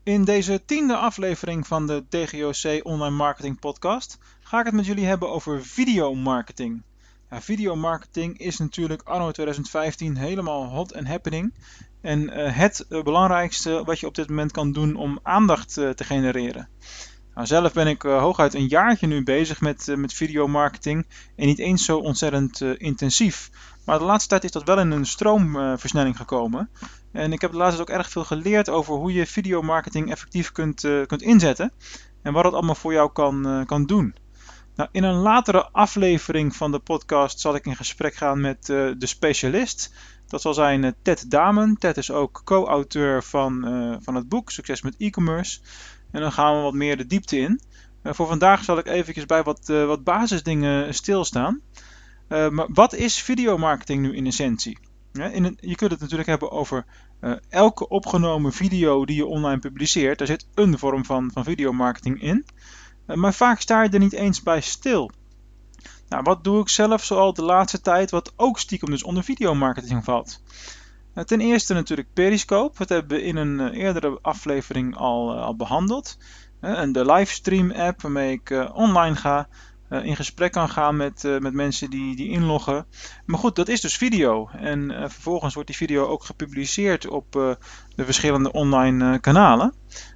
In deze 10e aflevering van de DGOC Online Marketing Podcast ga ik het met jullie hebben over videomarketing. Ja, videomarketing is natuurlijk anno 2015 helemaal hot and happening. En het belangrijkste wat je op dit moment kan doen om aandacht te genereren. Nou, zelf ben ik hooguit een jaartje nu bezig met videomarketing en niet eens zo ontzettend intensief. Maar de laatste tijd is dat wel in een stroomversnelling gekomen. En ik heb de laatste tijd ook erg veel geleerd over hoe je videomarketing effectief kunt inzetten. En wat het allemaal voor jou kan doen. Nou, in een latere aflevering van de podcast zal ik in gesprek gaan met de specialist. Dat zal zijn Ted Damen. Ted is ook co-auteur van het boek Succes met e-commerce. En dan gaan we wat meer de diepte in. Voor vandaag zal ik eventjes bij wat basisdingen stilstaan. Maar wat is videomarketing nu in essentie? Je kunt het natuurlijk hebben over elke opgenomen video die je online publiceert. Daar zit een vorm van videomarketing in. Maar vaak sta je er niet eens bij stil. Nou, wat doe ik zelf zoal de laatste tijd, wat ook stiekem dus onder videomarketing valt? Ten eerste natuurlijk Periscope. Dat hebben we in een eerdere aflevering al behandeld. En de livestream app waarmee ik online ga. In gesprek kan gaan met mensen die inloggen. Maar goed, dat is dus video. En vervolgens wordt die video ook gepubliceerd op de verschillende online kanalen.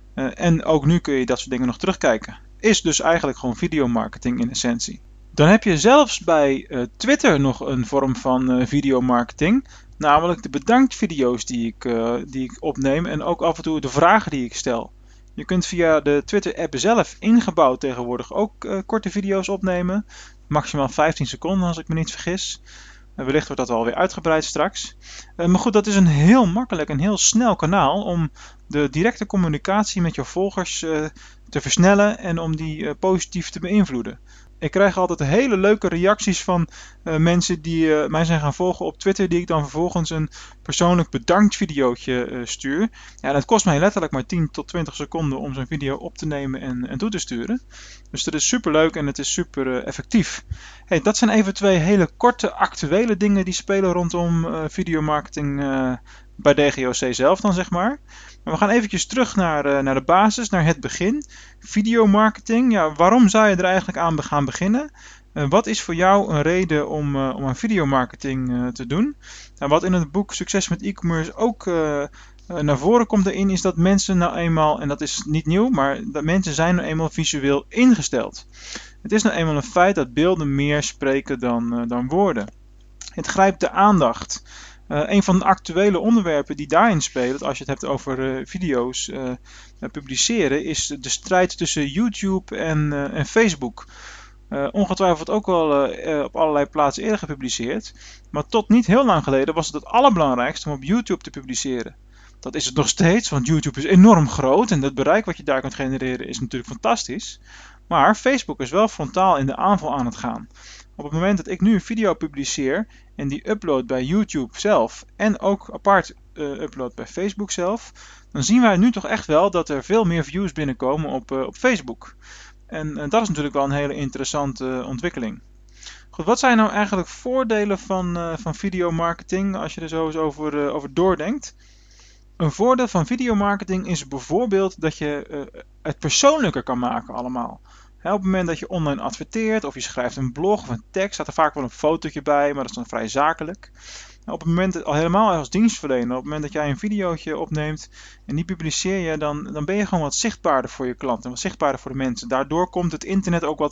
En ook nu kun je dat soort dingen nog terugkijken. Is dus eigenlijk gewoon videomarketing in essentie. Dan heb je zelfs bij Twitter nog een vorm van videomarketing. Namelijk de bedankvideo's die ik opneem en ook af en toe de vragen die ik stel. Je kunt via de Twitter-app zelf ingebouwd tegenwoordig ook korte video's opnemen. Maximaal 15 seconden als ik me niet vergis. Wellicht wordt dat wel weer uitgebreid straks. Maar goed, dat is een heel makkelijk en heel snel kanaal om de directe communicatie met je volgers te versnellen en om die positief te beïnvloeden. Ik krijg altijd hele leuke reacties van mensen die mij zijn gaan volgen op Twitter, die ik dan vervolgens een persoonlijk bedankt videootje stuur. Ja, dat kost mij letterlijk maar 10 tot 20 seconden om zo'n video op te nemen en toe te sturen. Dus dat is super leuk en het is super effectief. Hey, dat zijn even twee hele korte actuele dingen die spelen rondom videomarketing bij DGOC zelf dan, zeg maar. Maar we gaan eventjes terug naar de basis, naar het begin. Videomarketing, ja, waarom zou je er eigenlijk aan gaan beginnen? Wat is voor jou een reden om aan videomarketing te doen? Nou, wat in het boek Succes met e-commerce ook naar voren komt erin, is dat mensen nou eenmaal, en dat is niet nieuw, maar dat mensen zijn nou eenmaal visueel ingesteld. Het is nou eenmaal een feit dat beelden meer spreken dan woorden. Het grijpt de aandacht. Een van de actuele onderwerpen die daarin spelen, als je het hebt over video's publiceren, is de strijd tussen YouTube en Facebook. Ongetwijfeld ook wel op allerlei plaatsen eerder gepubliceerd. Maar tot niet heel lang geleden was het allerbelangrijkste om op YouTube te publiceren. Dat is het nog steeds, want YouTube is enorm groot en het bereik wat je daar kunt genereren is natuurlijk fantastisch. Maar Facebook is wel frontaal in de aanval aan het gaan. Op het moment dat ik nu een video publiceer en die upload bij YouTube zelf en ook apart upload bij Facebook zelf, dan zien wij nu toch echt wel dat er veel meer views binnenkomen op Facebook. En dat is natuurlijk wel een hele interessante ontwikkeling. Goed, wat zijn nou eigenlijk voordelen van videomarketing als je er zo eens over doordenkt? Een voordeel van videomarketing is bijvoorbeeld dat je het persoonlijker kan maken allemaal. Op het moment dat je online adverteert of je schrijft een blog of een tekst, staat er vaak wel een fotootje bij, maar dat is dan vrij zakelijk. Op het moment, al helemaal als dienstverlener, op het moment dat jij een videootje opneemt en die publiceer je, dan ben je gewoon wat zichtbaarder voor je klanten, wat zichtbaarder voor de mensen. Daardoor komt het internet ook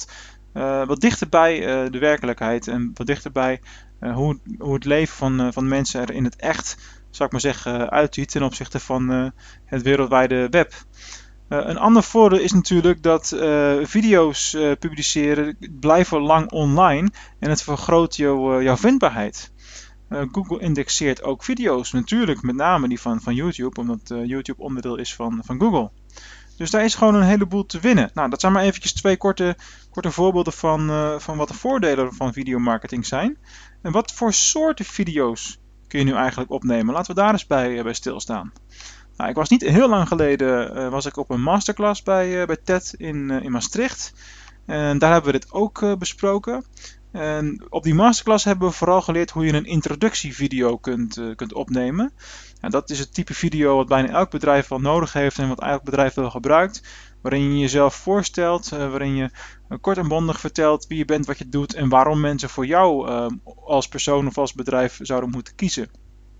wat dichter bij de werkelijkheid en wat dichter bij hoe het leven van mensen er in het echt, zou ik maar zeggen, uitziet ten opzichte van het wereldwijde web. Een ander voordeel is natuurlijk dat video's publiceren blijven lang online en het vergroot jouw vindbaarheid. Google indexeert ook video's, natuurlijk met name die van YouTube, omdat YouTube onderdeel is van Google. Dus daar is gewoon een heleboel te winnen. Nou, dat zijn maar eventjes twee korte voorbeelden van wat de voordelen van videomarketing zijn. En wat voor soorten video's kun je nu eigenlijk opnemen? Laten we daar eens bij stilstaan. Nou, ik was niet heel lang geleden was ik op een masterclass bij Ted in Maastricht. En daar hebben we dit ook besproken. En op die masterclass hebben we vooral geleerd hoe je een introductievideo kunt opnemen. En dat is het type video wat bijna elk bedrijf wel nodig heeft en wat elk bedrijf wel gebruikt. Waarin je jezelf voorstelt, waarin je kort en bondig vertelt wie je bent, wat je doet en waarom mensen voor jou als persoon of als bedrijf zouden moeten kiezen.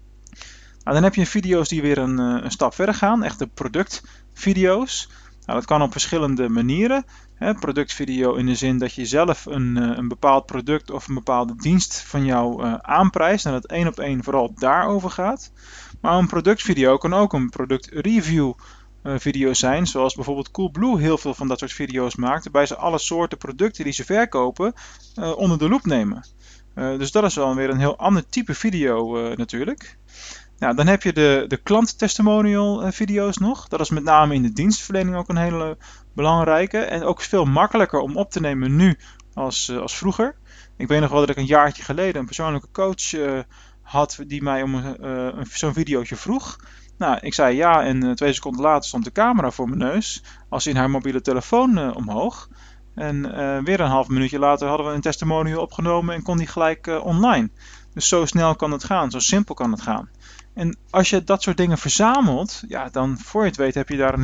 Nou, dan heb je video's die weer een stap verder gaan, echte productvideo's. Nou, dat kan op verschillende manieren. Productvideo in de zin dat je zelf een bepaald product of een bepaalde dienst van jou aanprijst en dat 1 op 1 vooral daarover gaat. Maar een productvideo kan ook een productreview video zijn, zoals bijvoorbeeld Coolblue heel veel van dat soort video's maakt, waarbij ze alle soorten producten die ze verkopen onder de loep nemen. Dus dat is wel weer een heel ander type video natuurlijk. Nou, dan heb je de klanttestimonial video's nog. Dat is met name in de dienstverlening ook een hele belangrijke. En ook veel makkelijker om op te nemen nu als vroeger. Ik weet nog wel dat ik een jaartje geleden een persoonlijke coach had die mij om zo'n videootje vroeg. Nou, ik zei ja en 2 seconden later stond de camera voor mijn neus. Als in haar mobiele telefoon omhoog. En weer een half minuutje later hadden we een testimonial opgenomen en kon die gelijk online. Dus zo snel kan het gaan, zo simpel kan het gaan. En als je dat soort dingen verzamelt, ja, dan voor je het weet heb je daar een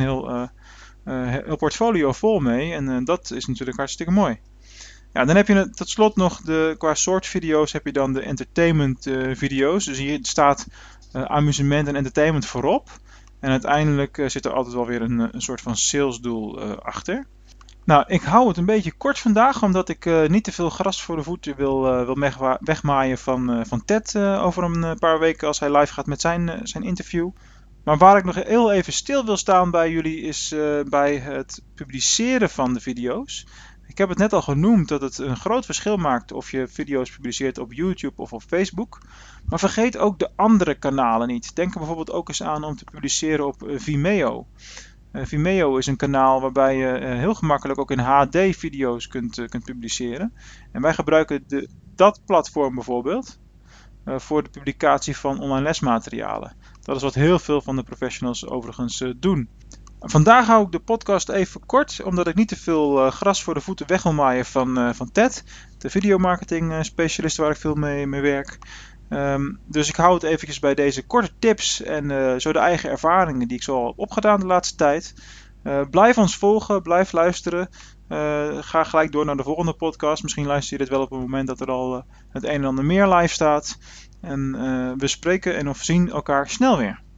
heel portfolio vol mee. En dat is natuurlijk hartstikke mooi. Ja, dan heb je tot slot nog qua soort video's heb je dan de entertainment video's. Dus hier staat amusement en entertainment voorop. En uiteindelijk zit er altijd wel weer een soort van salesdoel achter. Nou, ik hou het een beetje kort vandaag, omdat ik niet te veel gras voor de voeten wil wegmaaien van Ted over een paar weken als hij live gaat met zijn interview. Maar waar ik nog heel even stil wil staan bij jullie is bij het publiceren van de video's. Ik heb het net al genoemd dat het een groot verschil maakt of je video's publiceert op YouTube of op Facebook. Maar vergeet ook de andere kanalen niet. Denk er bijvoorbeeld ook eens aan om te publiceren op Vimeo. Vimeo is een kanaal waarbij je heel gemakkelijk ook in HD video's kunt publiceren. En wij gebruiken dat platform bijvoorbeeld voor de publicatie van online lesmaterialen. Dat is wat heel veel van de professionals overigens doen. Vandaag hou ik de podcast even kort, omdat ik niet te veel gras voor de voeten weg wil maaien van Ted, de videomarketing specialist waar ik veel mee werk. Dus ik hou het eventjes bij deze korte tips en zo de eigen ervaringen die ik zo heb opgedaan de laatste tijd. Blijf ons volgen, blijf luisteren. Ga gelijk door naar de volgende podcast. Misschien luister je dit wel op het moment dat er al het een en ander meer live staat. En we spreken en of zien elkaar snel weer.